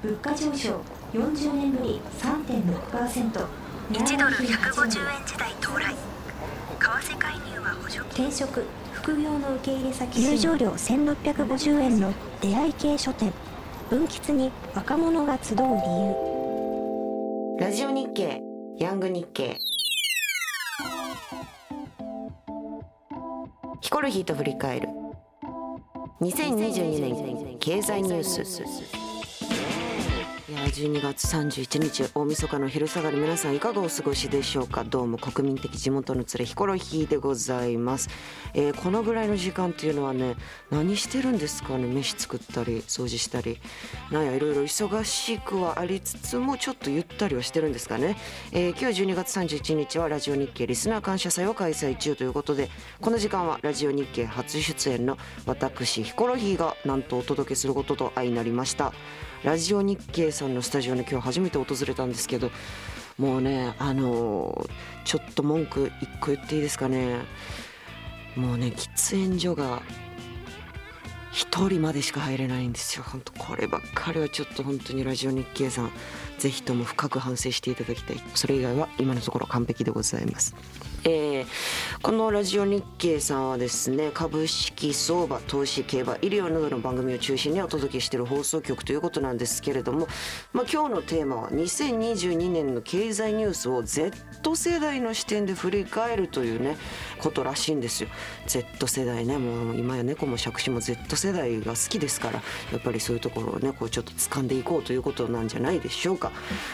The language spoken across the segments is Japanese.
物価上昇40年ぶり 3.6%、 1ドル150円時代到来。為替介入は補助金。 転職副業の受け入れ先、 入場料1650円の出会い系書店、文吉に若者が集う理由。 ラジオ日経ヤング日経、ヒコロヒーと振り返る2022年経済ニュース。いや12月31日大晦日の昼下がり、皆さんいかがお過ごしでしょうか。どうも国民的地元の連れヒコロヒーでございます。このぐらいの時間っていうのはね、何してるんですかね。飯作ったり掃除したり、なんやいろいろ忙しくはありつつもちょっとゆったりはしてるんですかね。今日12月31日はラジオ日経リスナー感謝祭を開催中ということで、この時間はラジオ日経初出演の私ヒコロヒーがなんとお届けすることと相なりました。ラジオ日経さんのスタジオに今日初めて訪れたんですけど、もうねちょっと文句一個言っていいですかね。もうね、喫煙所が1人までしか入れないんですよ。本当こればっかりはちょっと本当にラジオ日経さんぜひとも深く反省していただきたい。それ以外は今のところ完璧でございます。このラジオ日経さんはですね、株式相場、投資、競馬、医療などの番組を中心にお届けしている放送局ということなんですけれども、今日のテーマは2022年の経済ニュースを Z 世代の視点で振り返るというねことらしいんですよ。 Z 世代ね、もう今や猫も杓子も Z 世代が好きですから、やっぱりそういうところをねこうちょっと掴んでいこうということなんじゃないでしょうか。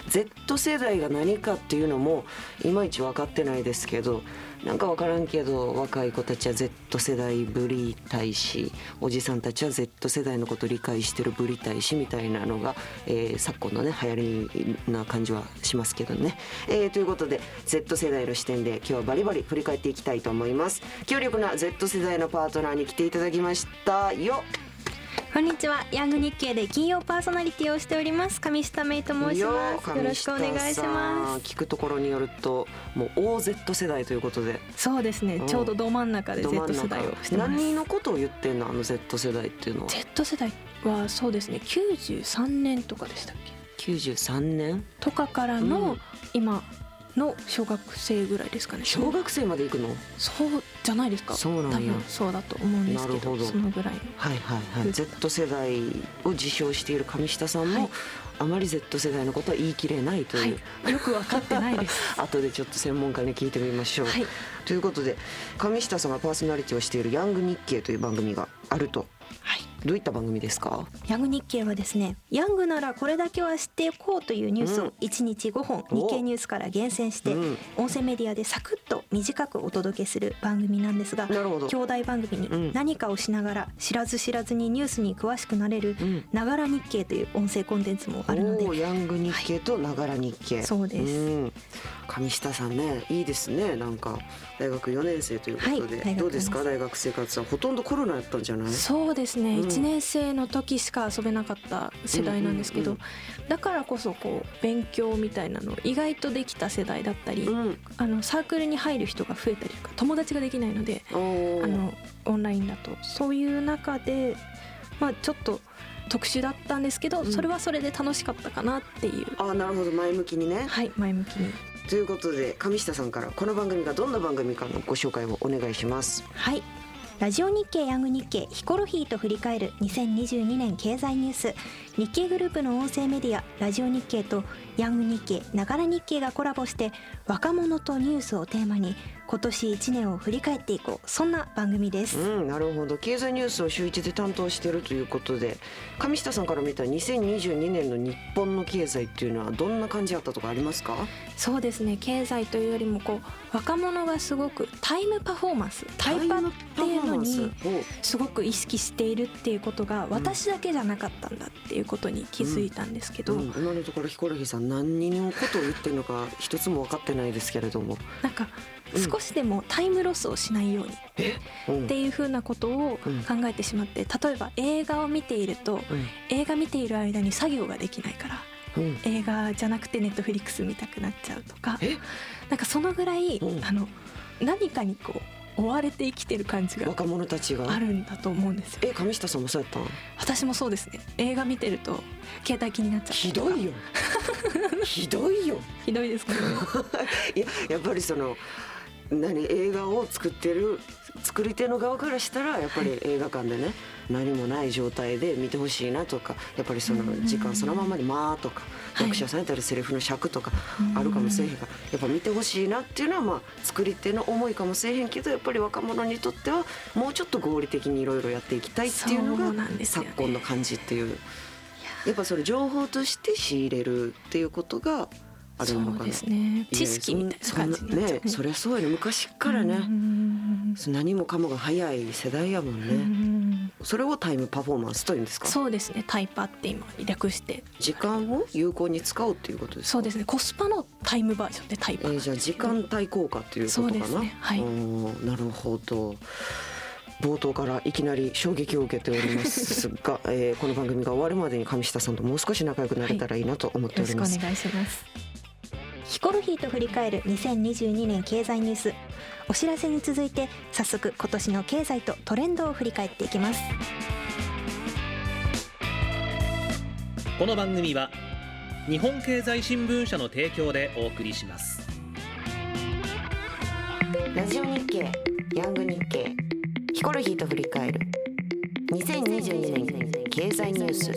Z 世代が何かっていうのもいまいち分かってないですけど、なんか分からんけど若い子たちは Z 世代ぶりたいし、おじさんたちは Z 世代のことを理解してるぶりたいしみたいなのが、昨今のね流行りな感じはしますけどね。ということで Z 世代の視点で今日はバリバリ振り返っていきたいと思います。強力な Z 世代のパートナーに来ていただきましたよ。 こんにちは。ヤング日経で金曜パーソナリティをしております上下芽衣と申します。よろしくお願いします。 聞くところによるともう大 Z 世代ということで。 そうですね、ちょうどど真ん中で Z 世代をしてます。 何のことを言ってんの、Z 世代っていうのは。 Z 世代はそうですね、93年とかでしたっけ。 93年とかからの、今の小学生ぐらいですかね。 小学生まで行くの。 そうじゃないですか。 そうなんや。 多分そうだと思うんですけ どそのぐらいの、 はいはいはい、Z 世代を自称している上下さんも、あまり Z 世代のことは言い切れないという、 よく分かってないです後でちょっと専門家に聞いてみましょう、ということで上下さんがパーソナリティをしているヤング日経という番組があると。どういった番組ですか。 ヤング日経はですね、ヤングならこれだけは知っておこうというニュースを1日5本、日経ニュースから厳選して、音声メディアでサクッと短くお届けする番組なんですが、兄弟番組に何かをしながら知らず知らずにニュースに詳しくなれるながら日経という音声コンテンツもあるので、 ヤング日経とながら日経、 そうです。 上下さんね、いいですね。なんか大学4年生ということで、どうですか大学生活は。ほとんどコロナやったんじゃない。 そうですね、1年生の時しか遊べなかった世代なんですけど、だからこそこう勉強みたいなの意外とできた世代だったり、サークルに入る人が増えたりとか、友達ができないのでオンラインだと、そういう中でちょっと特殊だったんですけど、それはそれで楽しかったかなっていう。 なるほど、前向きにね。 はい、前向きに。 ということで上下さんからこの番組がどんな番組かのご紹介をお願いします。 はい、ラジオ日経ヤング日経ヒコロヒーと振り返る2022年経済ニュース。日経グループの音声メディアラジオ日経とヤング日経ながら日経がコラボして、若者とニュースをテーマに今年1年を振り返っていこう、そんな番組です。 なるほど。経済ニュースを週1で担当しているということで、上下さんから見た2022年の日本の経済っていうのはどんな感じだったとかありますか。 そうですね、経済というよりも若者がすごくタイムパフォーマンス、タイパっていうのにすごく意識しているっていうことが私だけじゃなかったんだっていうことに気づいたんですけど、 今のところヒコロヒーさん何のことを言ってるのか一つも分かってないですけれども、 なんか少しでもタイムロスをしないようにっていうふうなことを考えてしまって、例えば映画を見ていると、映画見ている間に作業ができないから、映画じゃなくてネットフリックス見たくなっちゃうとか、なんかそのぐらい、何かに追われて生きてる感じが若者たちがあるんだと思うんですよ。 上下さんもそうやったん？ 私もそうですね。映画見てると携帯気になっちゃう。 ひどいよひどいよひどいですかねいや、やっぱりその映画を作ってる作り手の側からしたらやっぱり映画館でね何もない状態で見てほしいなとか、やっぱりその時間そのままに間とか役者さんやったらセリフの尺とかあるかもしれへんから、やっぱ見てほしいなっていうのはまあ作り手の思いかもしれへんけど、やっぱり若者にとってはもうちょっと合理的にいろいろやっていきたいっていうのが昨今の感じっていう、やっぱそれ情報として仕入れるっていうことがあるのかな。 そうですね。知識みたいな感じになっちゃうね。 そりゃそうやね。昔からね何もかもが早い世代やもんね。それをタイムパフォーマンスというんですか？ そうですね。タイパって今略して時間を有効に使おうっていうことですか？ そうですね。コスパのタイムバージョンでタイパ、 じゃあ時間対効果っていうことかな。 そうですね。はい。 なるほど。冒頭からいきなり衝撃を受けておりますが、この番組が終わるまでに上下さんともう少し仲良くなれたらいいなと思っております。 よろしくお願いします。 ヒコロヒーと振り返る2022年経済ニュース。お知らせに続いて早速今年の経済とトレンドを振り返っていきます。 この番組は日本経済新聞社の提供でお送りします。 ラジオ日経、ヤング日経、ヒコロヒーと振り返る2022年経済ニュース。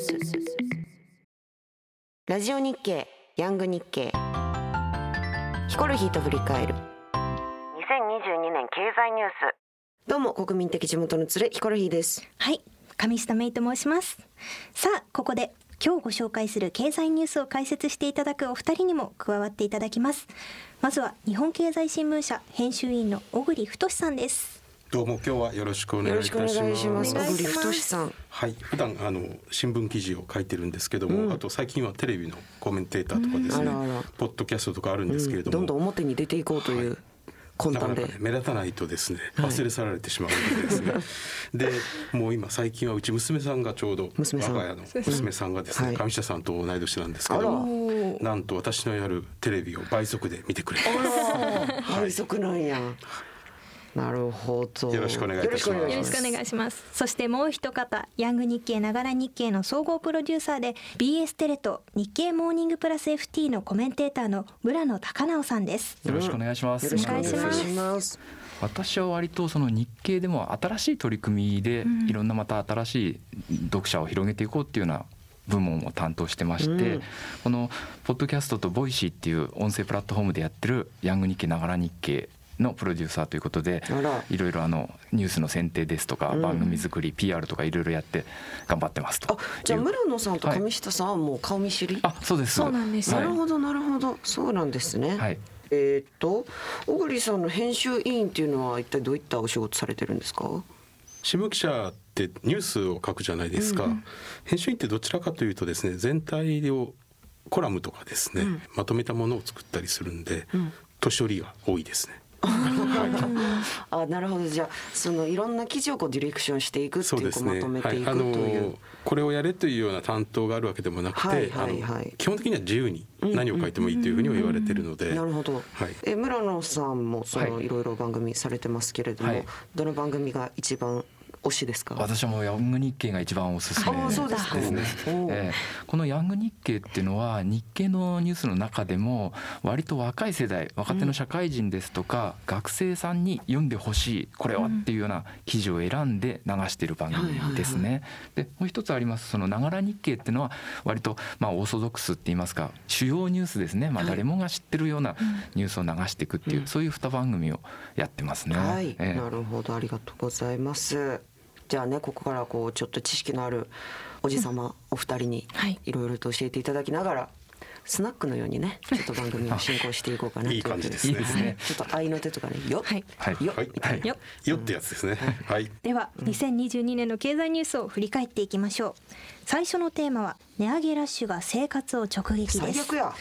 ラジオ日経、ヤング日経、ヒコロヒーと振り返る2022年経済ニュース。どうも国民的地元の連れヒコロヒーです。 はい、上下芽衣と申します。さあここで今日ご紹介する経済ニュースを解説していただくお二人にも加わっていただきます。まずは日本経済新聞社編集員の小栗太さんです。 どうも今日はよろしくお願いいたします。 よろしくお願いします。小栗太さん。 はい、普段新聞記事を書いてるんですけども、あと最近はテレビのコメンテーターとかですね、ポッドキャストとかあるんですけれども、 どんどん表に出ていこうという、魂胆でなかなか目立たないとですね忘れ去られてしまうのでですね、でもう今最近はうち娘さんがちょうど我が家の娘さんがですね、上下さんと同い年なんですけど、なんと私のやるテレビを倍速で見てくれてます。 倍速なんや。なるほど。 よろしくお願いいたします。 よろしくお願いします。 そしてもう一方、ヤング日経ながら日経の総合プロデューサーで BS テレと日経モーニングプラス FT のコメンテーターの村野貴直さんです。 よろしくお願いします。 よろしくお願いします。 私は割とその日経でも新しい取り組みでいろんなまた新しい読者を広げていこうっていうような部門を担当してまして、このポッドキャストとボイシーっていう音声プラットフォームでやってるヤング日経ながら日経のプロデューサーということで、いろいろニュースの選定ですとか番組作り、PR とかいろいろやって頑張ってますと。 じゃあ村野さんと上下さんはもう顔見知り？ そうです。 そうなんです。 なるほどなるほど、そうなんですね。 はい。 小栗さんの編集委員っていうのは一体どういったお仕事されてるんですか？ 新聞記者ってニュースを書くじゃないですか。編集員ってどちらかというとですね、全体をコラムとかですね、まとめたものを作ったりするんで、年寄りが多いですね。 なるほど。じゃあそのいろんな記事をディレクションしていくっていう、まとめていくという、 これをやれというような担当があるわけでもなくて、基本的には自由に何を書いてもいいというふうには言われているので。 なるほど。村野さんもいろいろ番組されてますけれども、どの番組が一番推しですか？ 私はもうヤング日経が一番おすすめですね。このヤング日経っていうのは日経のニュースの中でも割と若い世代、若手の社会人ですとか、学生さんに読んでほしいこれはっていうような記事を選んで流している番組ですね。でもう一つあります、そのながら日経っていうのは割とオーソドックスって言いますか、主要ニュースですね、誰もが知ってるようなニュースを流していくっていう、そういう2番組をやってますね。 なるほど、ありがとうございます。じゃあね、ここからちょっと知識のあるおじさまお二人にいろいろと教えていただきながら、スナックのようにね、ちょっと番組を進行していこうかなということで。 いいですね。 ちょっと愛の手とかね、よよってやつですね。 では2022年の経済ニュースを振り返っていきましょう。最初のテーマは値上げラッシュが生活を直撃です。 最悪や。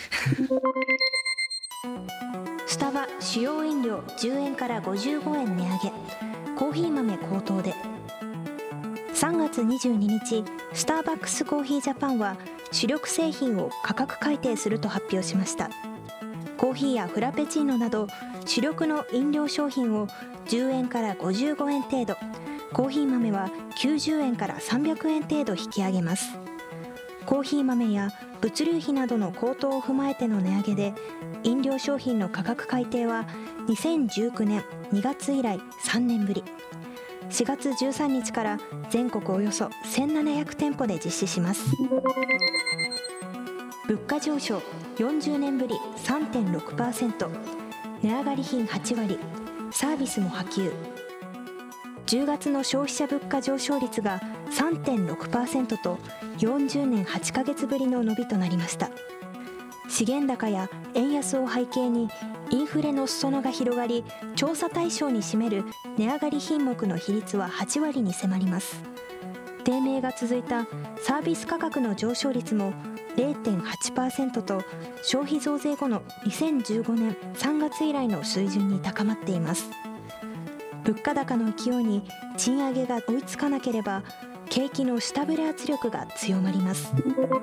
スタバ主要飲料10円から55円値上げ、コーヒー豆高騰で。3月22日、スターバックスコーヒージャパンは主力製品を価格改定すると発表しました。コーヒーやフラペチーノなど主力の飲料商品を 10円から55円程度、コーヒー豆は90円から300円程度引き上げます。コーヒー豆や物流費などの高騰を踏まえての値上げで、飲料商品の価格改定は2019年2月以来3年ぶり。4月13日から全国およそ1700店舗で実施します。物価上昇40年ぶり 3.6%、 値上がり品8割、サービスも波及。10月の消費者物価上昇率が 3.6% と40年8ヶ月ぶりの伸びとなりました。資源高や円安を背景にインフレの裾野が広がり、調査対象に占める値上がり品目の比率は8割に迫ります。低迷が続いたサービス価格の上昇率も 0.8% と消費増税後の2015年3月以来の水準に高まっています。物価高の勢いに賃上げが追いつかなければ、景気の下振れ圧力が強まります。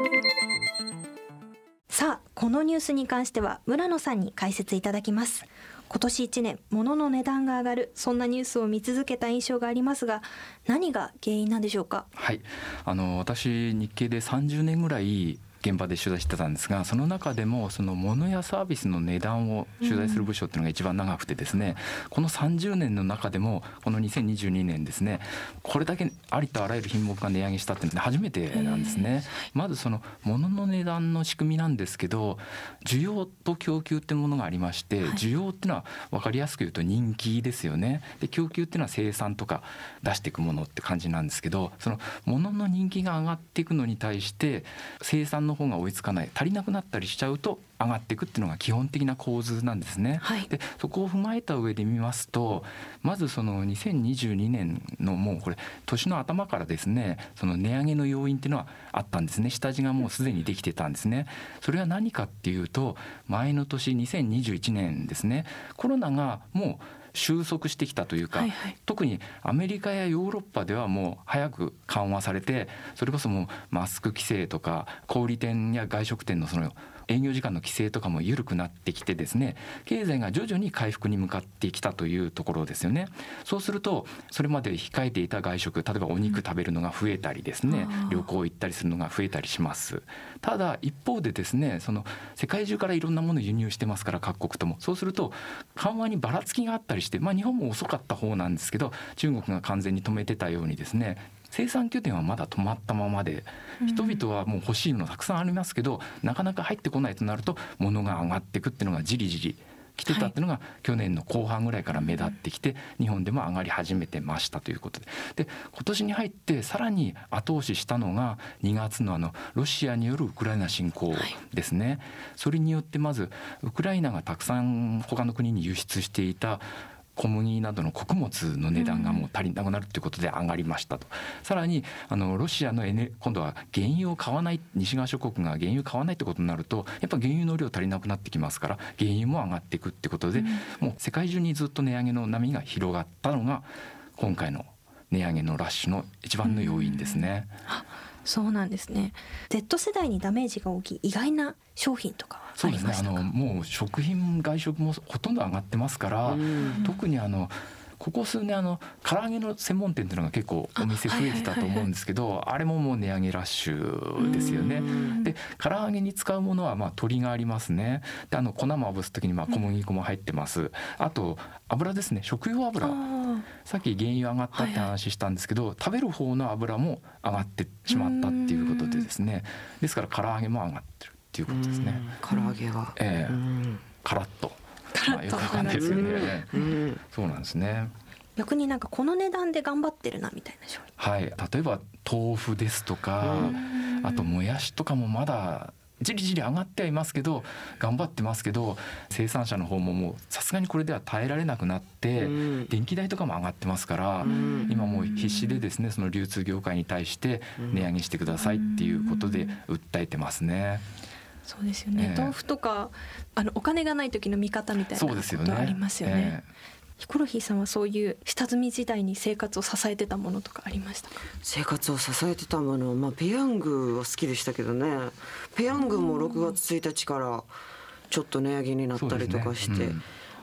さあ、このニュースに関しては村野さんに解説いただきます。今年1年物の値段が上がる、そんなニュースを見続けた印象がありますが、何が原因なんでしょうか。 はい、私日経で30年ぐらい現場で取材してたんですが、その中でもその物やサービスの値段を取材する部署っていうのが一番長くてですね、この30年の中でもこの2022年ですね、これだけありとあらゆる品目が値上げしたっていうのは初めてなんですね。まずその物の値段の仕組みなんですけど、需要と供給っていうものがありまして、需要っていうのは分かりやすく言うと人気ですよね。で、供給っていうのは生産とか出していくものって感じなんですけど、その物の人気が上がっていくのに対して生産の方が追いつかない、足りなくなったりしちゃうと上がっていくっていうのが基本的な構図なんですね。で、そこを踏まえた上で見ますと、まずその2022年のもうこれ年の頭からですね、その値上げの要因っていうのはあったんですね。下地がもうすでにできてたんですね。それは何かっていうと、前の年2021年ですね、コロナがもう収束してきたというか、特にアメリカやヨーロッパではもう早く緩和されて、それこそもうマスク規制とか小売店や外食店のその営業時間の規制とかも緩くなってきてですね、経済が徐々に回復に向かってきたというところですよね。そうするとそれまで控えていた外食、例えばお肉食べるのが増えたりですね、旅行行ったりするのが増えたりします。ただ一方でですね、その世界中からいろんなものを輸入してますから、各国とも。そうすると緩和にばらつきがあったりして、日本も遅かった方なんですけど、中国が完全に止めてたようにですね、生産拠点はまだ止まったままで、人々はもう欲しいのたくさんありますけど、なかなか入ってこないとなると物が上がっていくっていうのがじりじり来てたっていうのが去年の後半ぐらいから目立ってきて、日本でも上がり始めてましたということで、今年に入ってさらに後押ししたのが2月のロシアによるウクライナ侵攻ですね。それによってまずウクライナがたくさん他の国に輸出していた小麦などの穀物の値段がもう足りなくなるということで上がりましたと。さらにロシアの今度は原油を買わない、西側諸国が原油を買わないということになると、やっぱ原油の量足りなくなってきますから、原油も上がっていくってことで、もう世界中にずっと値上げの波が広がったのが今回の値上げのラッシュの一番の要因ですね。 そうなんですね。 Z 世代にダメージが大きい意外な商品とかありましたか。 そうですね、もう食品外食もほとんど上がってますから、特にここ数年唐揚げの専門店っていうのが結構お店増えてたと思うんですけど、あれももう値上げラッシュですよね。で、唐揚げに使うものは鶏がありますね。で、粉もまぶす時に小麦粉も入ってます。あと油ですね、食用油、さっき原油上がったって話したんですけど、食べる方の油も上がってしまったっていうことでですね、ですから唐揚げも上がってるっていうことですね。 唐揚げがカラッとよくわかんないですよね。そうなんですね。 逆になんかこの値段で頑張ってるなみたいな商品、 例えば豆腐ですとか、あともやしとかもまだじりじり上がってはいますけど、頑張ってますけど、生産者の方ももうさすがにこれでは耐えられなくなって、電気代とかも上がってますから、今もう必死でですね、その流通業界に対して値上げしてくださいっていうことで訴えてますね。 そうですよね、豆腐とかお金がない時の味方みたいなことありますよね。ヒコロヒーさんはそういう下積み時代に生活を支えてたものとかありましたか。 生活を支えてたもの、ペヤングは好きでしたけどね。ペヤングも6月1日からちょっと値上げになったりとかして、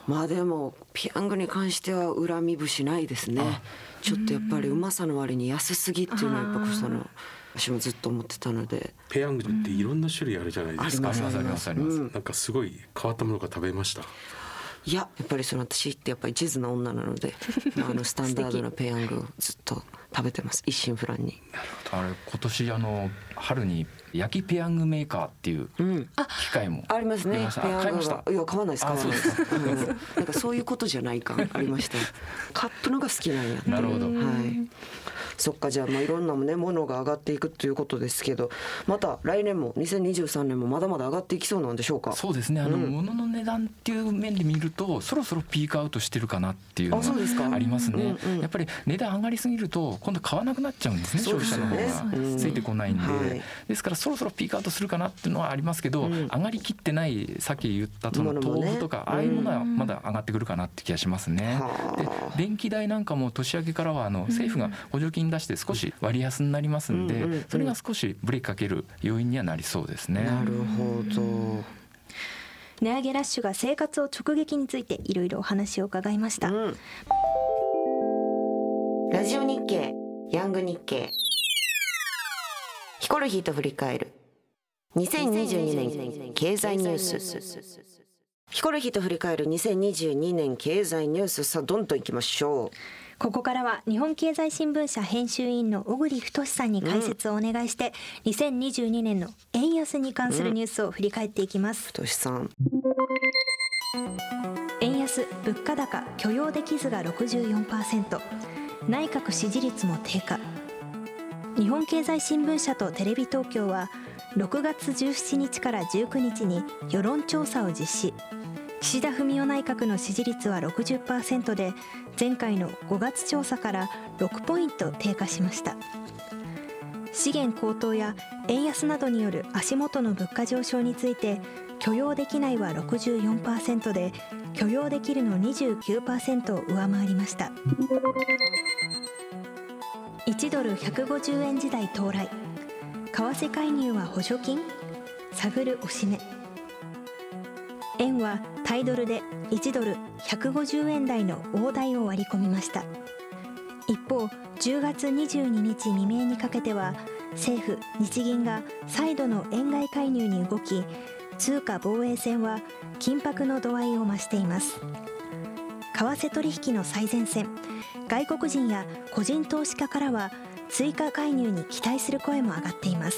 まあでもペヤングに関しては恨み節ないですね。ちょっとやっぱりうまさの割に安すぎっていうのはやっぱ私もずっと思ってたので。 ペヤングっていろんな種類あるじゃないですか。 ありますなんかすごい変わったものが食べました。 いや、やっぱり私ってやっぱり地図の女なのでスタンダードなペヤングをずっと食べてます、一心不乱に。 あれ今年春に焼きペヤングメーカーっていう機械もありますね。ペヤング買いました。 いや買わないです、なんかそういうことじゃない感ありました。カップのが好きなんやって。 なるほど。 はい。そっか、じゃあいろんなねものが上がっていくということですけど、また来年も2023年もまだまだ上がっていきそうなんでしょうか。 そうですね。物の値段っていう面で見るとそろそろピークアウトしてるかなっていうのがありますね。やっぱり値段上がりすぎると今度買わなくなっちゃうんですね、消費者の方がついてこないんで、ですからそろそろピークアウトするかなっていうのはありますけど、上がりきってないさっき言ったその豆腐とかああいうものはまだ上がってくるかなって気がしますね。で電気代なんかも年明けからは政府が補助金出して少し割安になりますんで、それが少しブレーキかける要因にはなりそうですね。 なるほど。 値上げラッシュが生活を直撃についていろいろお話を伺いました。 ラジオ日経ヤング日経ヒコロヒーと振り返る2022年経済ニュース。ヒコロヒーと振り返る2022年経済ニュース。さあどんどんいきましょう。 ここからは日本経済新聞社編集員の小栗太さんに解説をお願いして、2022年の円安に関するニュースを振り返っていきます。 太さん。 円安、物価高、許容できずが 64%、 内閣支持率も低下。日本経済新聞社とテレビ東京は6月17日から19日に世論調査を実施。岸田文雄内閣の支持率は 60% で、前回の5月調査から6ポイント低下しました。資源高騰や円安などによる足元の物価上昇について、許容できないは 64% で、許容できるの 29% を上回りました。1ドル150円時代到来。為替介入は補助金？探るおしめ。円は対ドルで1ドル150円台の大台を割り込みました。一方、10月22日未明にかけては政府・日銀が再度の円買い介入に動き、通貨防衛戦は緊迫の度合いを増しています。為替取引の最前線、外国人や個人投資家からは追加介入に期待する声も上がっています。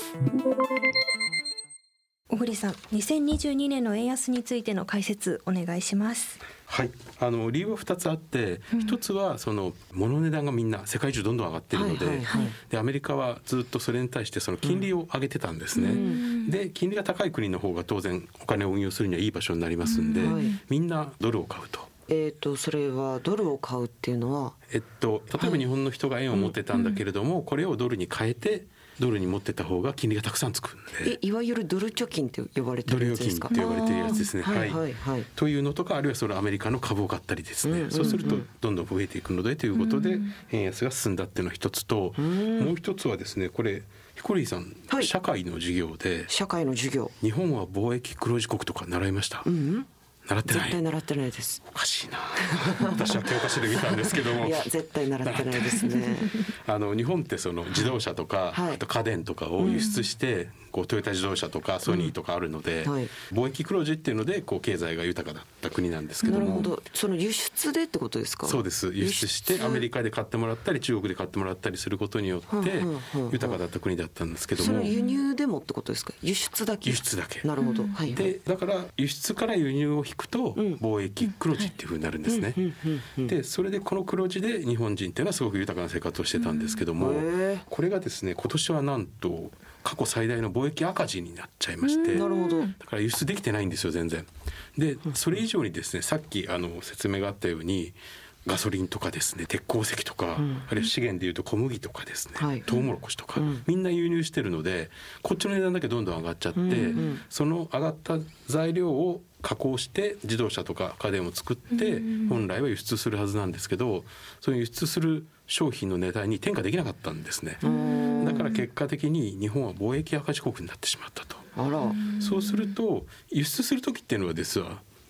小栗さん、2022年の円安についての解説お願いします。 はい、理由は2つあって、1つはその物の値段がみんな世界中どんどん上がっているので、でアメリカはずっとそれに対してその金利を上げてたんですね。で金利が高い国の方が当然お金を運用するにはいい場所になりますんで、みんなドルを買うと。 それはドルを買うっていうのは、 例えば日本の人が円を持ってたんだけれども、これをドルに変えてドルに持ってた方が金利がたくさんつくんで、 いわゆるドル貯金って呼ばれてるやつですか。 ドル預金って呼ばれてるやつですね。というのとか、あるいはそのアメリカの株を買ったりですね、そうするとどんどん増えていくのでということで円安が進んだっていうのが一つと、もう一つはですね、これヒコロヒーさん、社会の授業で日本は貿易黒字国とか習いました？習ってない。 絶対習ってないです。 おかしいな。私は教科書で見たんですけども。 いや絶対習ってないですね。 日本ってその自動車とか、あと家電とかを輸出して、トヨタ自動車とかソニーとかあるので、貿易黒字っていうので経済が豊かだった国なんですけども。 なるほど。その輸出でってことですか？ そうです。輸出してアメリカで買ってもらったり中国で買ってもらったりすることによって豊かだった国だったんですけども。 その輸入でもってことですか？輸出だけ。 輸出だけ。 なるほど。 でだから輸出から輸入を引くと貿易黒字っていうふうになるんですね。でそれでこの黒字で日本人っていうのはすごく豊かな生活をしてたんですけども、これがですね今年はなんと過去最大の貿易赤字になっちゃいまして、 なるほど。 だから輸出できてないんですよ全然。でそれ以上にですね、さっき説明があったようにガソリンとかですね、鉄鉱石とか、あるいは資源でいうと小麦とかですね、トウモロコシとか、みんな輸入してるのでこっちの値段だけどんどん上がっちゃって、その上がった材料を加工して自動車とか家電を作って本来は輸出するはずなんですけど、その輸出する商品の値段に転嫁できなかったんですね。だから結果的に日本は貿易赤字国になってしまったと。そうすると輸出する時っていうのは実は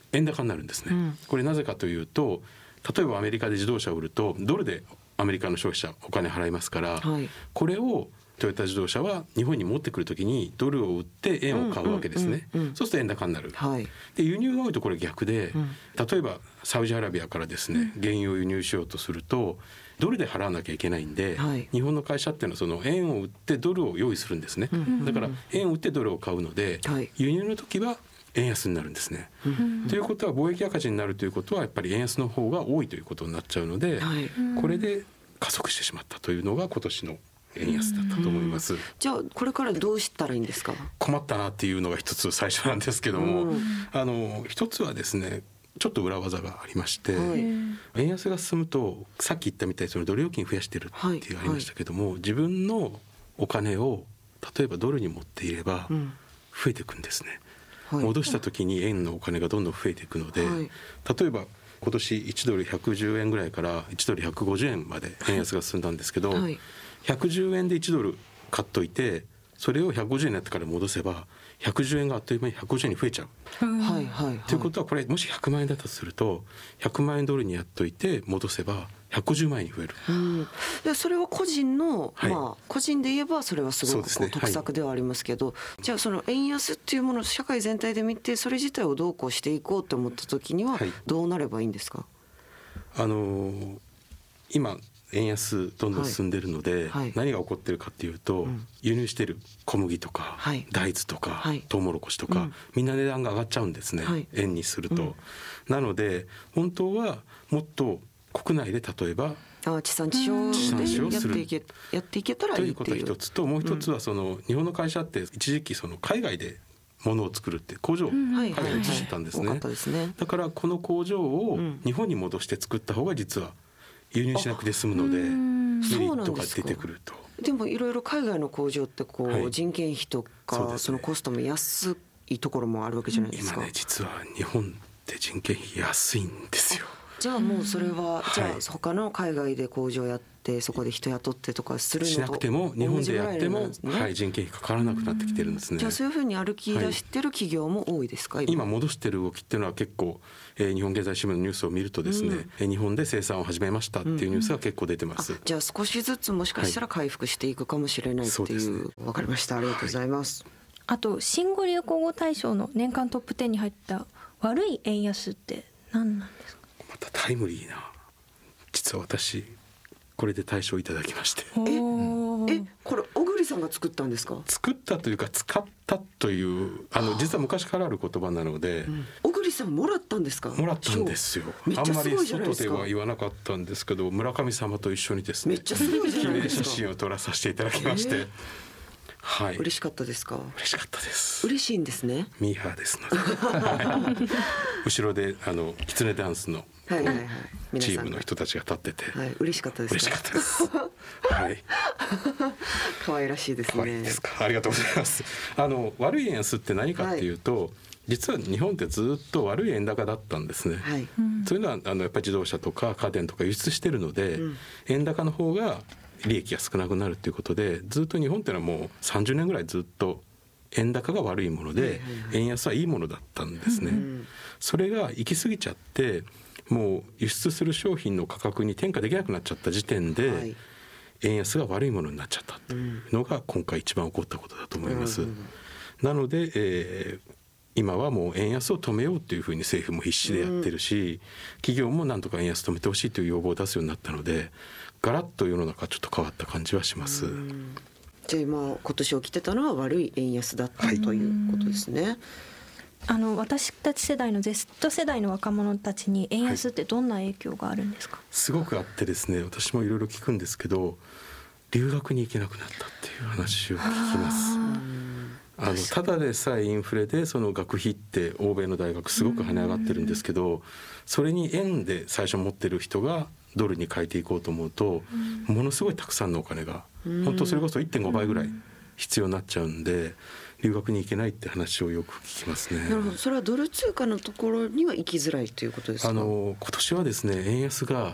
円高になるんですね、これなぜかというと、例えばアメリカで自動車を売るとドルでアメリカの消費者お金払いますから、これをトヨタ自動車は日本に持ってくるときにドルを売って円を買うわけですね、そうすると円高になる、で輸入が多いとこれ逆で、例えばサウジアラビアからですね、原油を輸入しようとするとドルで払わなきゃいけないんで、日本の会社っていうのはその円を売ってドルを用意するんですね、だから円を売ってドルを買うので、輸入の時は円安になるんですね、ということは貿易赤字になるということはやっぱり円安の方が多いということになっちゃうので、これで加速してしまったというのが今年の円安だったと思います。 じゃあこれからどうしたらいいんですか？ 困ったなっていうのが一つ最初なんですけども、一つはですね、ちょっと裏技がありまして、円安が進むとさっき言ったみたいにそのドル預金増やしてるってありましたけども、自分のお金を例えばドルに持っていれば増えていくんですね、戻した時に円のお金がどんどん増えていくので、例えば今年1ドル110円ぐらいから1ドル150円まで円安が進んだんですけど、110円で1ドル買っといてそれを150円になってから戻せば110円があっという間に150円に増えちゃう、ということはこれもし100万円だとすると100万円ドルにやっといて戻せば150万円に増える、 でそれは個人の、個人で言えばそれはすごく得策ではありますけど、じゃあその円安っていうものを社会全体で見てそれ自体をどうこうしていこうと思った時にはどうなればいいんですか？ 今円安どんどん進んでいるので、何が起こっているかっていうと、輸入している小麦とか、大豆とか、トウモロコシとか、みんな値段が上がっちゃうんですね、円にすると、なので本当はもっと国内で例えば地産地消でやっていけたらいいっていうことが一つと、もう一つはその日本の会社って一時期その海外で物を作るって工場を海外に移してたんですね、だからこの工場を日本に戻して作った方が実は輸入しなくて済むのでメリットが出てくると。 でもいろいろ海外の工場ってこう、人件費とか そのコストも安いところもあるわけじゃないですか。 今ね実は日本って人件費安いんですよ。 じゃあもうそれは、じゃあ他の海外で工場やってそこで人雇ってとかするのとしなくても日本でやっても、人件費かからなくなってきてるんですね。 じゃあそういうふうに歩き出してる企業も多いですか？ 今戻してる動きっていうのは結構、日本経済新聞のニュースを見るとですね、日本で生産を始めましたっていうニュースが結構出てます、 じゃあ少しずつもしかしたら回復していくかもしれないっていう、わかりました、ありがとうございます、 あと新語・流行語大賞の年間トップ10に入った悪い円安って何なんですか？ またタイムリーな、実は私これで大賞いただきまして。 これ小栗さんが作ったんですか？ 作ったというか使ったという、実は昔からある言葉なので、 小栗さんもらったんですか？ もらったんですよ。あんまり外では言わなかったんですけど、村上様と一緒にですね、 めっちゃすごいじゃないですか。 記念写真を撮らさせていただきまして、 嬉しかったですか？ 嬉しかったです。 嬉しいんですね。 ミーハーですので、後ろでキツネダンスのチームの人たちが立ってて、 嬉しかったですか？ 嬉しかったです。 可愛らしいですね。 可愛いですか？ありがとうございます。悪い円安って何かっていうと、実は日本ってずっと悪い円高だったんですね、そういうのはやっぱり自動車とか家電とか輸出してるので、円高の方が利益が少なくなるということで、ずっと日本っていうのはもう30年ぐらいずっと円高が悪いもので、円安はいいものだったんですね、それが行き過ぎちゃって、もう輸出する商品の価格に転嫁できなくなっちゃった時点で、円安が悪いものになっちゃったというのが今回一番起こったことだと思います、なので、今はもう円安を止めようというふうに政府も必死でやってるし、企業もなんとか円安止めてほしいという要望を出すようになったので、ガラッと世の中ちょっと変わった感じはします。 じゃあ今年起きてたのは悪い円安だったということですね。 私たち世代の Z 世代の若者たちに円安ってどんな影響があるんですか？ すごくあってですね、私もいろいろ聞くんですけど、留学に行けなくなったっていう話を聞きます。ただでさえインフレでその学費って欧米の大学すごく跳ね上がってるんですけど、それに円で最初持ってる人がドルに変えていこうと思うと、ものすごいたくさんのお金が、本当それこそ 1.5 倍ぐらい必要になっちゃうんで、留学に行けないって話をよく聞きますね。 なるほど。それはドル通貨のところには行きづらいということですか？ 今年はですね、円安が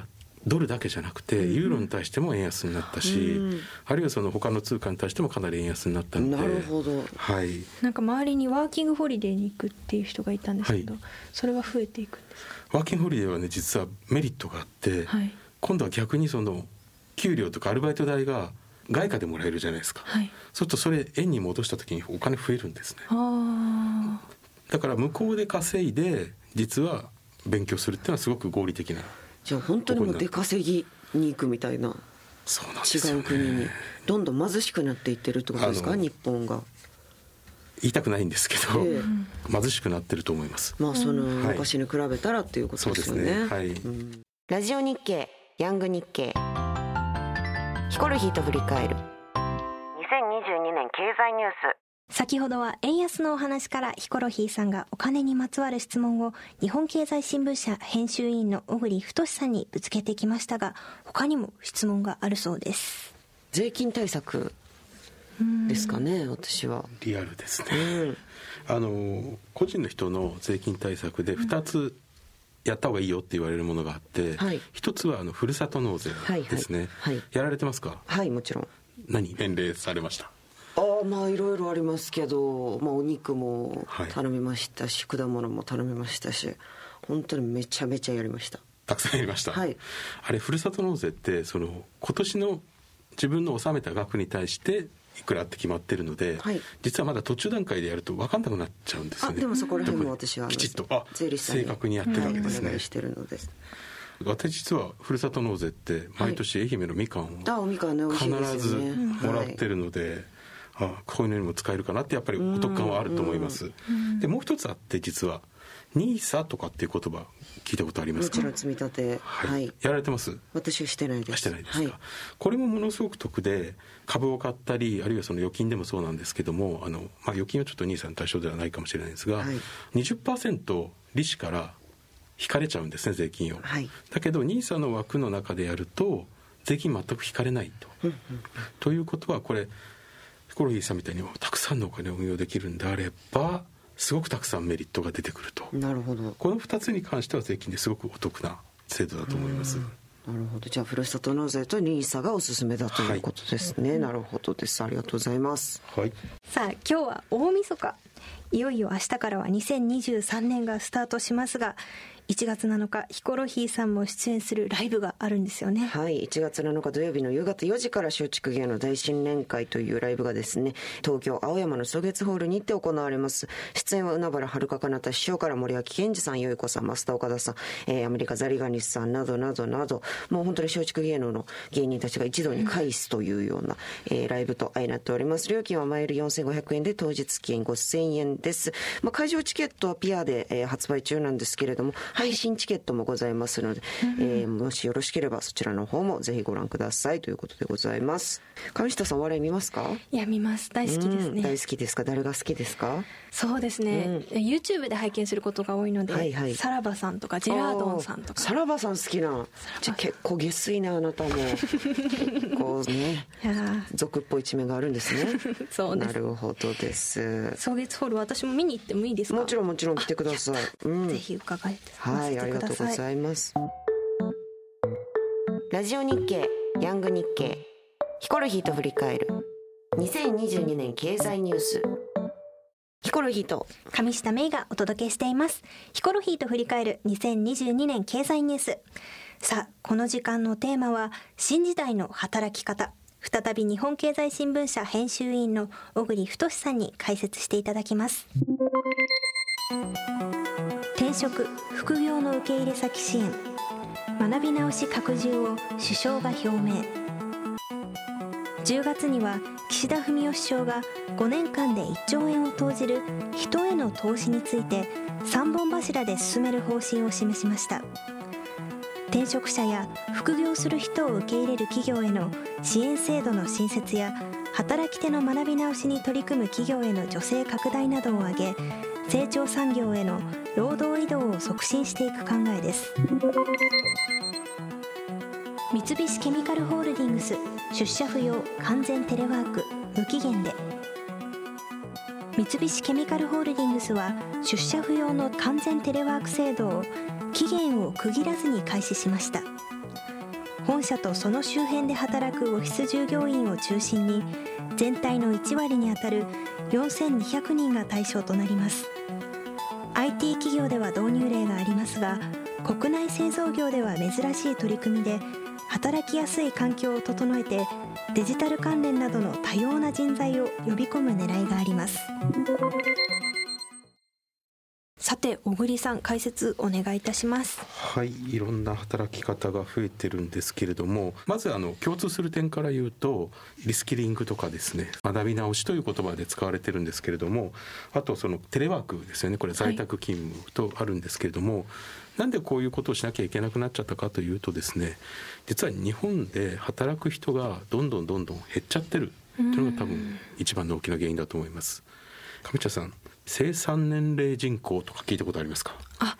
ドルだけじゃなくてユーロに対しても円安になったし、あるいはその他の通貨に対してもかなり円安になったので。 なるほど、 はい、 なんか周りにワーキングホリデーに行くっていう人がいたんですけど、それは増えていくんですか？ ワーキングホリデーはね実はメリットがあって、今度は逆にその給料とかアルバイト代が外貨でもらえるじゃないですか、そうするとそれ円に戻した時にお金増えるんですね。だから向こうで稼いで実は勉強するっていうのはすごく合理的な。 じゃあ本当にもう出稼ぎに行くみたいな。 そうなんですよね。 違う国にどんどん貧しくなっていってるってことですか？日本が。 言いたくないんですけど、貧しくなってると思います。 まあその昔に比べたらっていうことですよね。ラジオ日経ヤング日経ヒコロヒーと振り返る2022年経済ニュース。 先ほどは円安のお話からヒコロヒーさんがお金にまつわる質問を日本経済新聞社編集員の小栗太さんにぶつけてきましたが、他にも質問があるそうです。 税金対策ですかね。私はリアルですね、個人の人の税金対策で2つやった方がいいよって言われるものがあって、一つはふるさと納税ですね、やられてますか？ はい、もちろん。 何年齢されました？ まあいろいろありますけど、お肉も頼みましたし、果物も頼みましたし、本当にめちゃめちゃやりました。 たくさんやりました、あれふるさと納税ってその今年の自分の納めた額に対していくらって決まってるので、実はまだ途中段階でやると分かんなくなっちゃうんですよね。 でもそこら辺も私はきちっと税理士さんに正確にやってるわけですね、 お願いしてるのです。 私実はふるさと納税って毎年愛媛のみかんを必ずもらってるので、こういうのにも使えるかなってやっぱりお得感はあると思います。でもう一つあって、実はNISA とかっていう言葉聞いたことありますか？ もちろん積み立て、 やられてます？ 私はしてないです。 してないですか？これもものすごく得で、株を買ったりあるいはその預金でもそうなんですけども、預金はちょっとNISAの対象ではないかもしれないですが、20% 利子から引かれちゃうんですね、税金を、だけど NISA の枠の中でやると税金全く引かれないと、ということはこれヒコロヒーさんみたいにたくさんのお金を運用できるんであればすごくたくさんメリットが出てくると。 なるほど。 この2つに関しては税金ですごくお得な制度だと思います。 なるほど。じゃあふるさと納税とNISAがおすすめだということですね、なるほどです。ありがとうございます、 さあ今日は大晦日、いよいよ明日からは2023年がスタートしますが、1月7日ヒコロヒーさんも出演するライブがあるんですよね。 1月7日土曜日の夕方4時から松竹芸能大新年会というライブがですね、東京青山の草月ホールにて行われます。出演は海原遥かなた師匠から森脇健児さん、よいこさん、増田岡田さん、アメリカザリガニスさんなどなどなど、もう本当に松竹芸能の芸人たちが一堂に会すというような、ライブと相なっております。料金は前売り4500円で当日券5000円です。会場チケットはピアで、発売中なんですけれども、配信チケットもございますので、もしよろしければそちらの方もぜひご覧くださいということでございます。上下さん、お笑い見ますか？ いや、見ます。大好きですね。 大好きですか？誰が好きですか？ そうですね、YouTube で拝見することが多いので、さらばさんとかジェラードンさんとか。 さらばさん好きな。じゃ結構下水な、あなたもこうね、俗っぽい一面があるんですね。 そうです。 なるほどです。 草月ホール、私も見に行ってもいいですか？ もちろん来てください。 ぜひ伺いありがとうございます。ラジオ日経ヤング日経ヒコロヒーと振り返る2022年経済ニュース。ヒコロヒーと上下芽がお届けしています。ヒコロヒーと振り返る2022年経済ニュース。さあ、この時間のテーマは新時代の働き方。再び日本経済新聞社編集員の小栗太さんに解説していただきます。転職・副業の受け入れ先支援、学び直し拡充を首相が表明。10月には岸田文雄首相が5年間で1兆円を投じる人への投資について3本柱で進める方針を示しました。転職者や副業する人を受け入れる企業への支援制度の新設や働き手の学び直しに取り組む企業への助成拡大などを挙げ、成長産業への労働移動を促進していく考えです。三菱ケミカルホールディングス、出社不要完全テレワーク無期限で。三菱ケミカルホールディングスは出社不要の完全テレワーク制度を期限を区切らずに開始しました。 本社とその周辺で働くオフィス従業員を中心に全体の1割にあたる4200人が対象となります。 IT 企業では導入例がありますが、国内製造業では珍しい取り組みで、働きやすい環境を整えてデジタル関連などの多様な人材を呼び込む狙いがあります。さて小栗さん、解説お願いいたします。 はい、いろんな働き方が増えてるんですけれども、まず共通する点から言うとリスキリングとかですね、学び直しという言葉で使われてるんですけれども、あとそのテレワークですよね。これ在宅勤務とあるんですけれども、なんでこういうことをしなきゃいけなくなっちゃったかというとですね、実は日本で働く人がどんどん減っちゃってるというのが多分一番の大きな原因だと思います。上茶さん、生産年齢人口とか聞いたことありますか？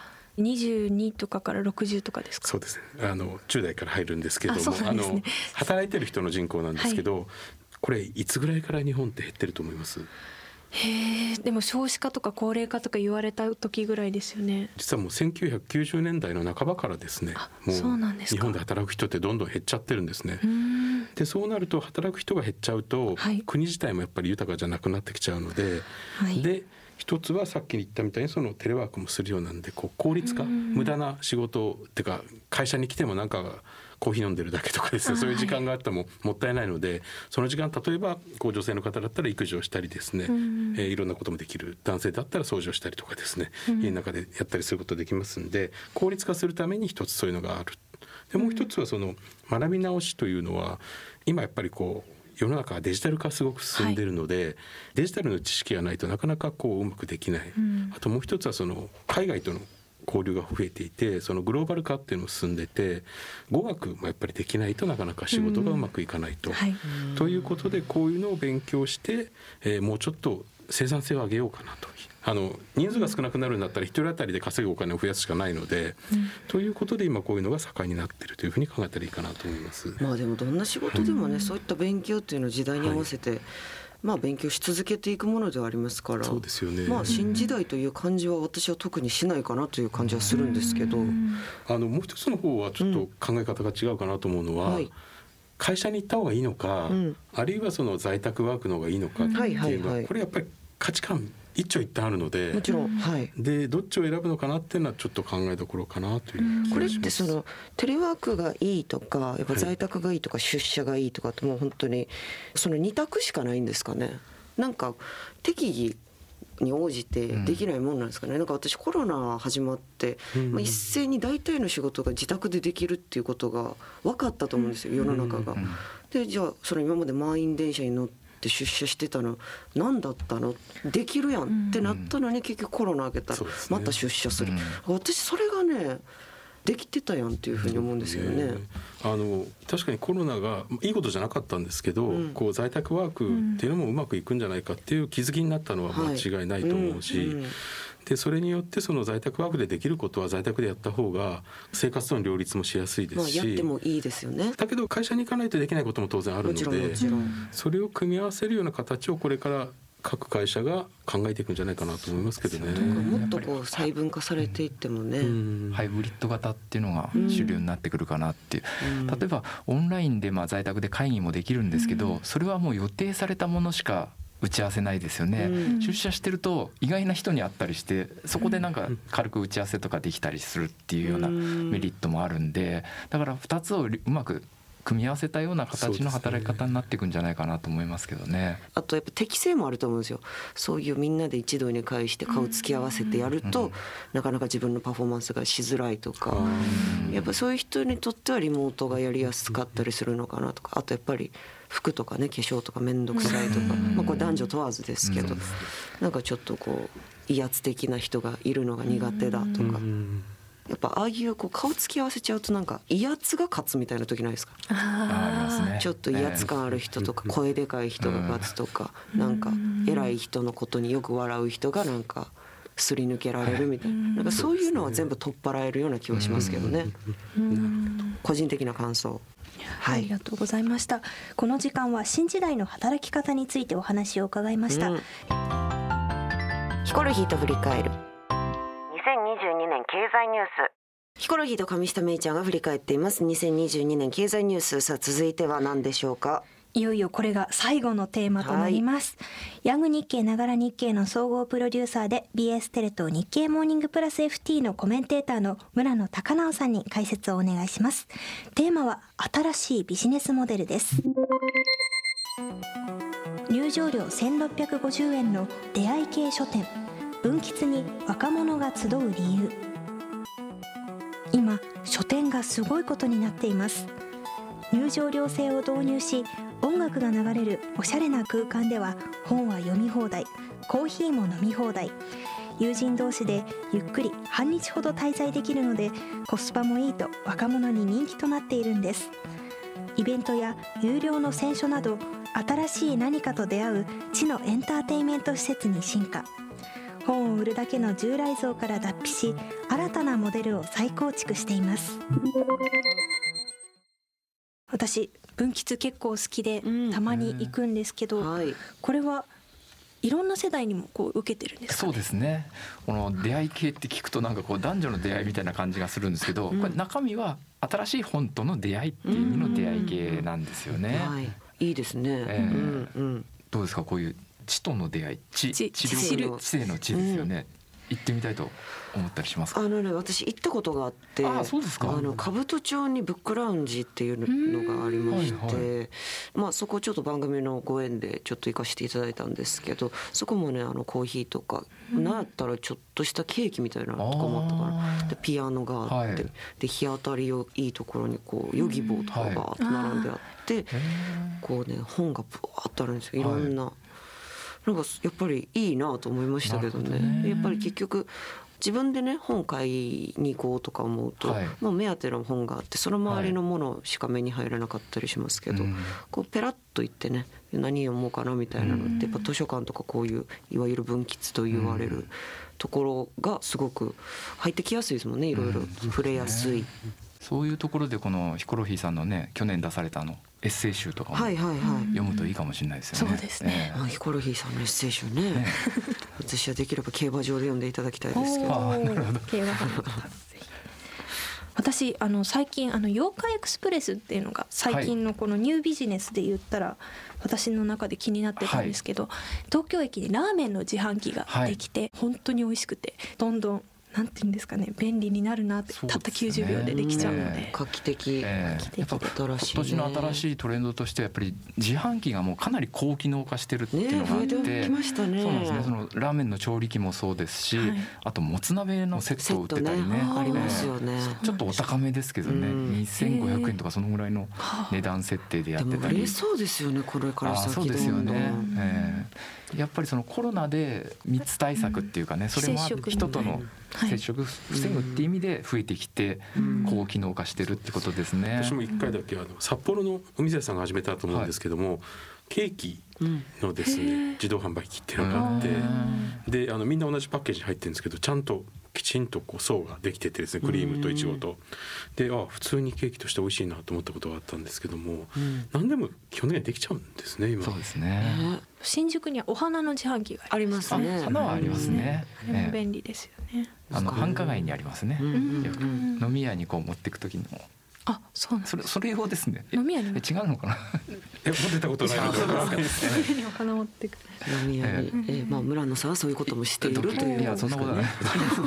22とかから60とかですか？ そうですね、10代から入るんですけれども、働いてる人の人口なんですけど、これいつぐらいから日本って減ってると思います？ でも少子化とか高齢化とか言われた時ぐらいですよね。 実はもう1990年代の半ばからですね、もう日本で働く人ってどんどん減っちゃってるんですね。でそうなると働く人が減っちゃうと、国自体もやっぱり豊かじゃなくなってきちゃうので、で一つはさっき言ったみたいにそのテレワークもするようなんで、効率化、無駄な仕事っていうか、会社に来てもなんかコーヒー飲んでるだけとかですね、そういう時間があってももったいないので、その時間例えば女性の方だったら育児をしたりですね、いろんなこともできる。男性だったら掃除をしたりとかですね、家の中でやったりすることできますんで、効率化するために一つそういうのがある。でもう一つはその学び直しというのは、今やっぱり世の中はデジタル化すごく進んでいるので、デジタルの知識がないとなかなかうまくできない。あともう一つはその海外との交流が増えていて、そのグローバル化っていうのも進んでて、語学もやっぱりできないとなかなか仕事がうまくいかないと、ということでこういうのを勉強して、もうちょっと生産性を上げようかなと。人数が少なくなるんだったら一人当たりで稼ぐお金を増やすしかないので、ということで今こういうのが盛んになっているというふうに考えたらいいかなと思います。 でもどんな仕事でもね、そういった勉強っていうのを時代に合わせて、勉強し続けていくものではありますから、 そうですよね。 新時代という感じは私は特にしないかなという感じはするんですけど、もう一つの方はちょっと考え方が違うかなと思うのは、会社に行った方がいいのか、あるいはその在宅ワークの方がいいのかっていうのは、これやっぱり価値観一長一短あるので、 もちろん、 でどっちを選ぶのかなっていうのはちょっと考えどころかなという気がします。 これってそのテレワークがいいとか、やっぱ在宅がいいとか、出社がいいとかってもう本当にその2択しかないんですかね。なんか適宜に応じてできないものなんですかね。なんか私コロナ始まって、一斉に大体の仕事が自宅でできるっていうことが分かったと思うんですよ、世の中が。でじゃあその今まで満員電車に乗って出社してたの何だったの、できるやんってなったのに、結局コロナ明けたらまた出社する。私それがねできてたやんっていうふうに思うんですけどね。 確かにコロナがいいことじゃなかったんですけど、在宅ワークっていうのもうまくいくんじゃないかっていう気づきになったのは間違いないと思うし、でそれによってその在宅ワークでできることは在宅でやった方が生活との両立もしやすいですし、 やってもいいですよね。 だけど会社に行かないとできないことも当然あるので、それを組み合わせるような形をこれから各会社が考えていくんじゃないかなと思いますけどね。 もっと細分化されていってもね、 ハイブリッド型っていうのが主流になってくるかなっていう、例えばオンラインで在宅で会議もできるんですけど、それはもう予定されたものしか打ち合わせないですよね。出社してると意外な人に会ったりして、そこでなんか軽く打ち合わせとかできたりするっていうようなメリットもあるんで、だから2つをうまく組み合わせたような形の働き方になっていくんじゃないかなと思いますけどね。 あとやっぱ適性もあると思うんですよ。そういうみんなで一堂に会して顔つき合わせてやると、なかなか自分のパフォーマンスがしづらいとか、やっぱそういう人にとってはリモートがやりやすかったりするのかなとか、あとやっぱり服とかね、化粧とかめんどくさいとか、これ男女問わずですけど、なんかちょっと威圧的な人がいるのが苦手だとか、やっぱああいう顔つき合わせちゃうとなんか威圧が勝つみたいな時ないですか。ちょっと威圧感ある人とか、声でかい人が勝つとか、なんか偉い人のことによく笑う人がなんかすり抜けられるみたいな、なんかそういうのは全部取っ払えるような気はしますけどね。個人的な感想。 ありがとうございました。この時間は新時代の働き方についてお話を伺いました。 ヒコロヒーと振り返る2022年経済ニュース。 ヒコロヒーと上下芽衣ちゃんが振り返っています2022年経済ニュース。さあ続いては何でしょうか。 いよいよこれが最後のテーマとなります、ヤング日経ながら日経の総合プロデューサーで BS テレと日経モーニングプラス FT のコメンテーターの村野貴直さんに解説をお願いします。テーマは新しいビジネスモデルです。入場料1650円の出会い系書店、文吉に若者が集う理由。今書店がすごいことになっています。入場料制を導入し、音楽が流れるおしゃれな空間では本は読み放題、コーヒーも飲み放題、友人同士でゆっくり半日ほど滞在できるのでコスパもいいと若者に人気となっているんです。イベントや有料の選書など新しい何かと出会う知のエンターテインメント施設に進化。本を売るだけの従来像から脱皮し、新たなモデルを再構築しています。私文吉結構好きでたまに行くんですけど、これはいろんな世代にもこう受けてるんですかね。 そうですね。この出会い系って聞くとなんかこう男女の出会いみたいな感じがするんですけど、これ中身は新しい本との出会いっていう意味の出会い系なんですよね。 いいですね。 どうですか、こういう知との出会い、知性の知ですよね。行ってみたいと思ったりしますか。 私行ったことがあって、 そうですか。 兜町にブックラウンジっていうのがありまして、そこちょっと番組のご縁でちょっと行かせていただいたんですけど、そこもねコーヒーとか、なんやったらちょっとしたケーキみたいなのとかもあったかな。でピアノがあって、で日当たりいいところにこうヨギボーとかが並んであって、こうね本がブワーッとあるんですよ。いろんな。なんかやっぱりいいなと思いましたけどね。やっぱり結局自分でね本買いに行こうとか思うと、もう目当ての本があって、その周りのものしか目に入らなかったりしますけど、こうペラッと行ってね何読もうかなみたいなのって、やっぱ図書館とかこういういわゆる文吉と言われるところがすごく入ってきやすいですもんね。いろいろ触れやすい。 そういうところでこのヒコロヒーさんのね去年出されたエッセイ集とかも読むといいかもしれないですよね。 そうですね。 ヒコロヒーさんのエッセイ集ね。私はできれば競馬場で読んでいただきたいですけど。 競馬私最近妖怪エクスプレスっていうのが最近のこのニュービジネスで言ったら私の中で気になってたんですけど、東京駅にラーメンの自販機ができて、本当に美味しくてどんどんなんていうんですかね、便利になるなって、たった90秒でできちゃうので、 画期的。 やっぱ今年の新しいトレンドとしてやっぱり自販機がもうかなり高機能化してるっていうのがあって、 増えてきましたね。 そうなんですね。そのラーメンの調理器もそうですし、あともつ鍋のセットを売ってたりね、 ありますよね。 ちょっとお高めですけどね、2500円とかそのぐらいの値段設定でやってたり。 でも売れそうですよね、これから先。 そうですよね。やっぱりそのコロナで密対策っていうかね、それもある人との接触防ぐっていう意味で増えてきて高機能化してるってことですね。 私も1回だけ札幌のお店屋さんが始めたと思うんですけども、ケーキのですね自動販売機っていうのがあって、でみんな同じパッケージに入ってるんですけど、ちゃんときちんとこう層ができててですね、クリームとイチゴとで、普通にケーキとして美味しいなと思ったことがあったんですけども、何でも基本的にはできちゃうんですね今。 そうですね。 新宿にはお花の自販機がありますね。 花はありますね。 あれも便利ですよね。 繁華街にありますね。よく飲み屋にこう持っていくときにも。 そうなん。 それ用ですね。 飲み屋に違うのかな。 持ってたことないので。 家にお花持ってくる。 飲み屋に、村野さんはそういうこともしているという。 いやそんなことない。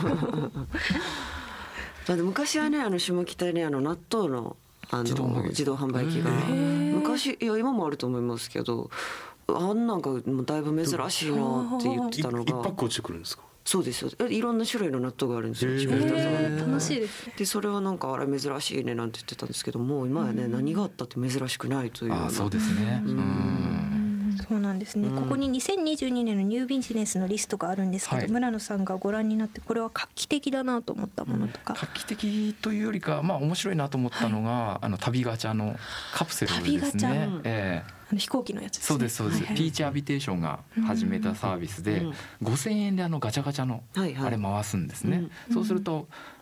昔はね下北に納豆の自動販売機が昔、いや今もあると思いますけど、なんかだいぶ珍しいなって言ってたのが。 一パック落ちてくるんですか。 そうですよ。いろんな種類の納豆があるんですよ。 楽しいですね。 でそれはなんかあれ珍しいねなんて言ってたんですけども、今はね何があったって珍しくないというような。 そうですね。 そうなんですね。ここに2022年のニュービジネスのリストがあるんですけど、村野さんがご覧になってこれは画期的だなと思ったものとか。 画期的というよりか面白いなと思ったのが、旅ガチャのカプセルですね。 飛行機のやつですね。 そうですそうです。ピーチアビテーションが始めたサービスで、5000円でガチャガチャのあれ回すんですね。そうすると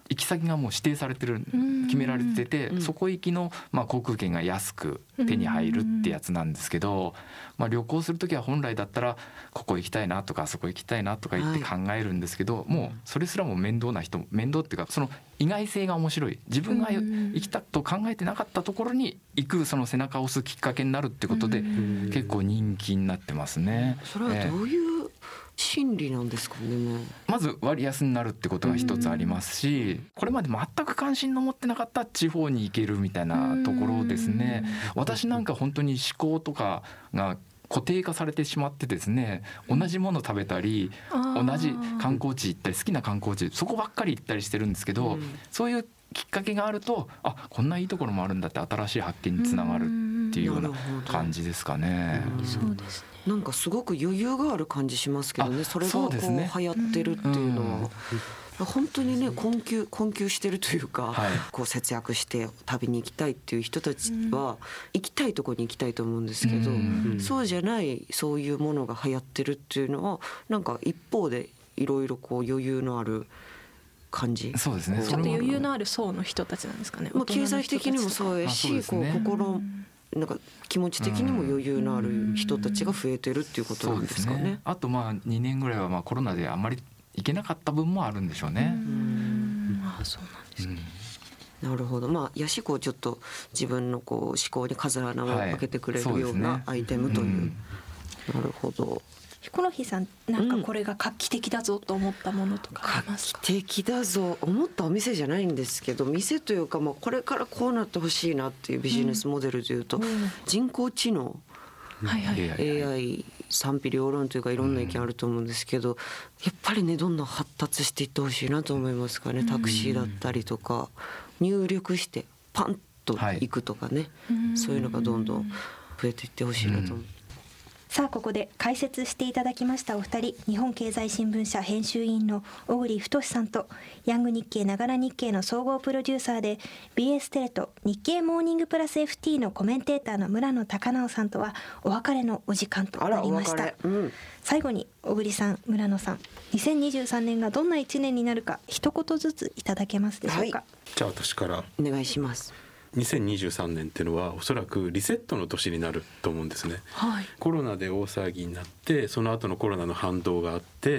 行き先がもう指定されてる、決められてて、そこ行きの航空券が安く手に入るってやつなんですけど、旅行する時は本来だったらここ行きたいなとかあそこ行きたいなとか言って考えるんですけど、もうそれすらも面倒な人、面倒っていうかその意外性が面白い、自分が行きたと考えてなかったところに行く、その背中を押すきっかけになるってことで結構人気になってますね。 それはどういう心理なんですかね。 まず割安になるってことが一つありますし、これまで全く関心の持ってなかった地方に行けるみたいなところですね。私なんか本当に思考とかが固定化されてしまってですね、同じもの食べたり同じ観光地行ったり好きな観光地そこばっかり行ったりしてるんですけど、そういうきっかけがあると、こんないいところもあるんだって新しい発見につながるっていうような感じですかね。 そうですね。 なんかすごく余裕がある感じしますけどね。それがこう流行ってるっていうのは本当にね、困窮してるというか、こう節約して旅に行きたいっていう人たちは行きたいところに行きたいと思うんですけど、そうじゃないそういうものが流行ってるっていうのはなんか一方でいろいろこう余裕のある感じ。 そうですね。 ちょっと余裕のある層の人たちなんですかね。 経済的にもそうやし、こう心なんか気持ち的にも余裕のある人たちが増えてるっていうことなんですかね。 そうですね。あと2年ぐらいはコロナであんまり行けなかった分もあるんでしょうね。 そうなんですね。 なるほど。やしこうちょっと自分のこう思考に風穴を開けてくれるようなアイテムという。なるほど。 ヒコロヒーさん、なんかこれが画期的だぞと思ったものとかありますか？ 画期的だぞ思ったお店じゃないんですけど、店というかこれからこうなってほしいなっていうビジネスモデルでいうと、人工知能、AI 賛否両論というかいろんな意見あると思うんですけど、やっぱりねどんどん発達していってほしいなと思いますかね。タクシーだったりとか入力してパンと行くとかね、そういうのがどんどん増えていってほしいなと思う。 さあここで解説していただきましたお二人、日本経済新聞社編集員の小栗太さんとヤング日経ながら日経の総合プロデューサーで BS テレと日経モーニングプラス FT のコメンテーターの村野高直さんとはお別れのお時間となりました。最後に小栗さん、村野さん、2023年がどんな1年になるか一言ずついただけますでしょうか？ じゃあ私からお願いします。 2023年っていうのはおそらくリセットの年になると思うんですね。コロナで大騒ぎになって、その後のコロナの反動があって、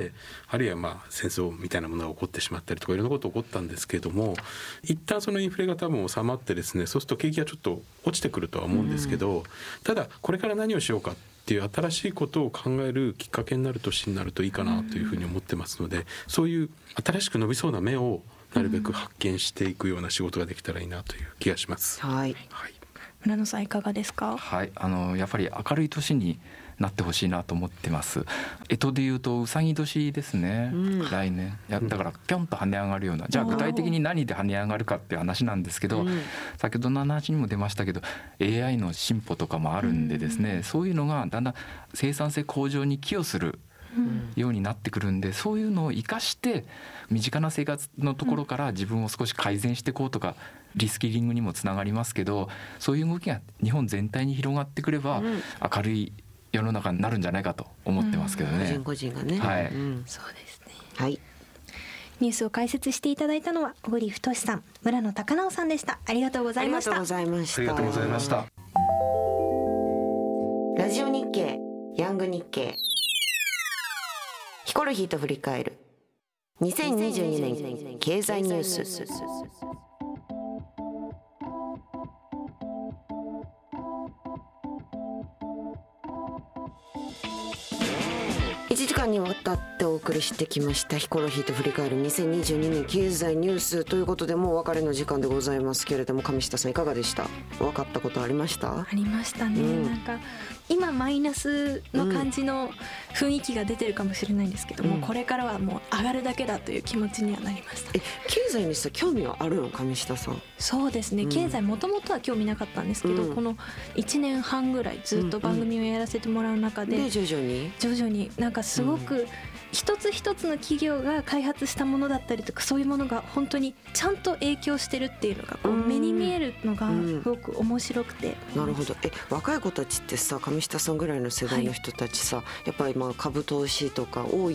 あるいは戦争みたいなものが起こってしまったりとかいろんなことが起こったんですけれども、一旦そのインフレが多分収まってですね、そうすると景気がちょっと落ちてくるとは思うんですけど、ただこれから何をしようかっていう新しいことを考えるきっかけになる年になるといいかなというふうに思ってますので、そういう新しく伸びそうな芽をなるべく発見していくような仕事ができたらいいなという気がします。 村野さんいかがですか？ やっぱり明るい年になってほしいなと思ってます。干支でいうとうさぎ年ですね、来年。だからぴょんと跳ね上がるような、じゃあ具体的に何で跳ね上がるかっていう話なんですけど、先ほどの話にも出ましたけど AI の進歩とかもあるんでですね、そういうのがだんだん生産性向上に寄与するようになってくるんで、そういうのを生かして身近な生活のところから自分を少し改善していこうとか、リスキリングにもつながりますけど、そういう動きが日本全体に広がってくれば明るい世の中になるんじゃないかと思ってますけどね。 個人がね。 そうですね。 ニュースを解説していただいたのは小栗太さん、村野高直さんでした。ありがとうございました。 ありがとうございました。 ありがとうございました。 ラジオ日経ヤング日経ヒコロヒーと振り返る2022年経済ニュース。1時間にわたってお送りしてきましたヒコロヒーと振り返る2022年経済ニュースということで、もうお別れの時間でございますけれども、上下さんいかがでした？分かったことありました？ ありましたね、なんか今マイナスの感じの雰囲気が出てるかもしれないんですけども、これからはもう上がるだけだという気持ちにはなりました。 経済にさ興味はあるの？上下さん。 そうですね、経済もともとは興味なかったんですけど、この1年半ぐらいずっと番組をやらせてもらう中で、 徐々になんかすごく一つ一つの企業が開発したものだったりとか、そういうものが本当にちゃんと影響してるっていうのがこう目に見えるのがすごく面白くて。 なるほど。若い子たちってさ、上下さんぐらいの世代の人たちさ、やっぱり株投資とか多いやん。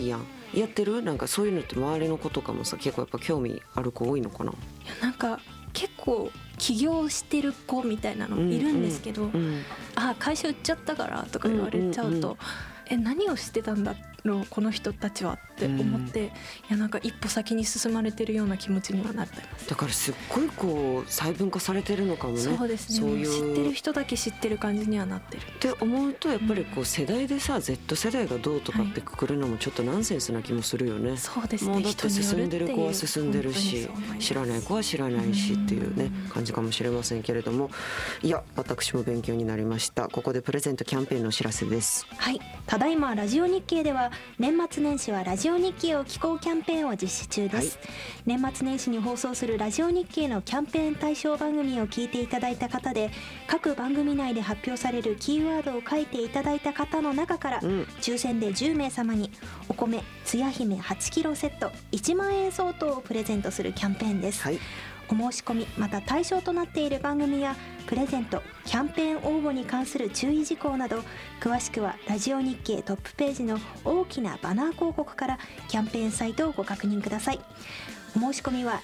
やってる？なんかそういうのって周りの子とかもさ結構やっぱ興味ある子多いのかな？いやなんか結構起業してる子みたいなのいるんですけど、あ会社売っちゃったからとか言われちゃうと、何をしてたんだろうこの人たちはって思って、いやなんか一歩先に進まれてるような気持ちにはなってます。 だからすっごいこう細分化されてるのかもね。 そうですね。そういう知ってる人だけ知ってる感じにはなってるって思うと、やっぱりこう世代でさ、Z 世代がどうとかってくくるのもちょっとナンセンスな気もするよね。 そうですね。 もうだって進んでる子は進んでるし、知らない子は知らないしっていうね感じかもしれませんけれども、いや私も勉強になりました。ここでプレゼントキャンペーンのお知らせです。 はい、ただいまラジオ日経では年末年始はラジオ日経を聞こうキャンペーンを実施中です、年末年始に放送するラジオ日経のキャンペーン対象番組を聞いていただいた方で、各番組内で発表されるキーワードを書いていただいた方の中から、抽選で10名様にお米つや姫8キロセット1万円相当をプレゼントするキャンペーンです、お申し込みまた対象となっている番組やプレゼントキャンペーン応募に関する注意事項など、詳しくはラジオ日経トップページの大きなバナー広告からキャンペーンサイトをご確認ください。お申し込みは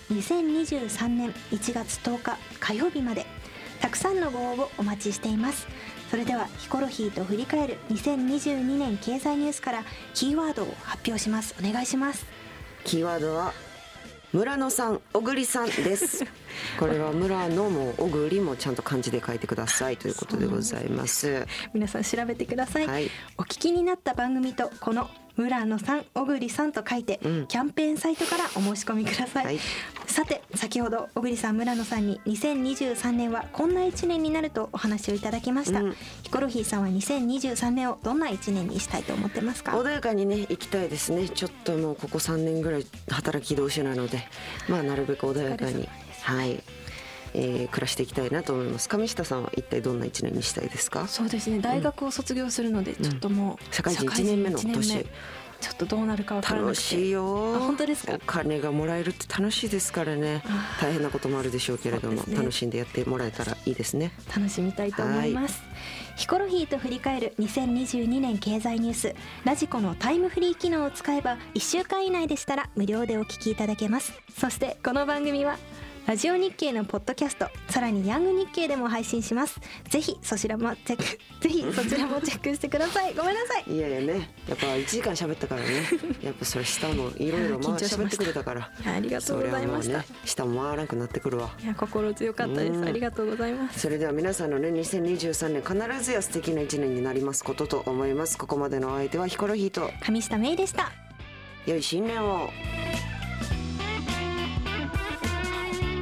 2023年1月10日火曜日まで。たくさんのご応募お待ちしています。それではヒコロヒーと振り返る2022年経済ニュースからキーワードを発表します。お願いします。 キーワードは村野さん、小栗さんですこれは村野も小栗もちゃんと漢字で書いてくださいということでございます。 皆さん調べてください、お聞きになった番組とこの村野さん、小栗さんと書いて、キャンペーンサイトからお申し込みください、さて先ほど小栗さん、村野さんに2023年はこんな1年になるとお話をいただきました、ヒコロヒーさんは2023年をどんな1年にしたいと思ってますか？ 穏やかにね行きたいですね。ちょっともうここ3年ぐらい働き同士なので、まあなるべく穏やかに暮らしていきたいなと思います。上下さんは一体どんな1年にしたいですか？ そうですね、大学を卒業するのでちょっともう、 社会人1年目の年ちょっとどうなるか分からなくて。 楽しいよ。 本当ですか？ お金がもらえるって楽しいですからね。大変なこともあるでしょうけれども、楽しんでやってもらえたらいいですね。 楽しみたいと思います。ヒコロヒーと振り返る2022年経済ニュース、ラジコのタイムフリー機能を使えば1週間以内でしたら無料でお聞きいただけます。そしてこの番組はラジオ日経のポッドキャスト、さらにヤング日経でも配信します。ぜひそちらもチェックしてください。ごめんなさい。 いやいやね、やっぱ1時間喋ったからねやっぱそれ下もいろいろ喋ってくれたから、 ありがとうございました。 下も回らなくなってくるわ。 いや心強かったです。ありがとうございます。 それでは皆さんのね2023年必ずや素敵な1年になりますことと思います。ここまでのお相手はヒコロヒーと上下芽衣でした。 良い新年を。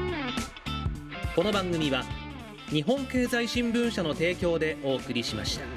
この番組は日本経済新聞社の提供でお送りしました。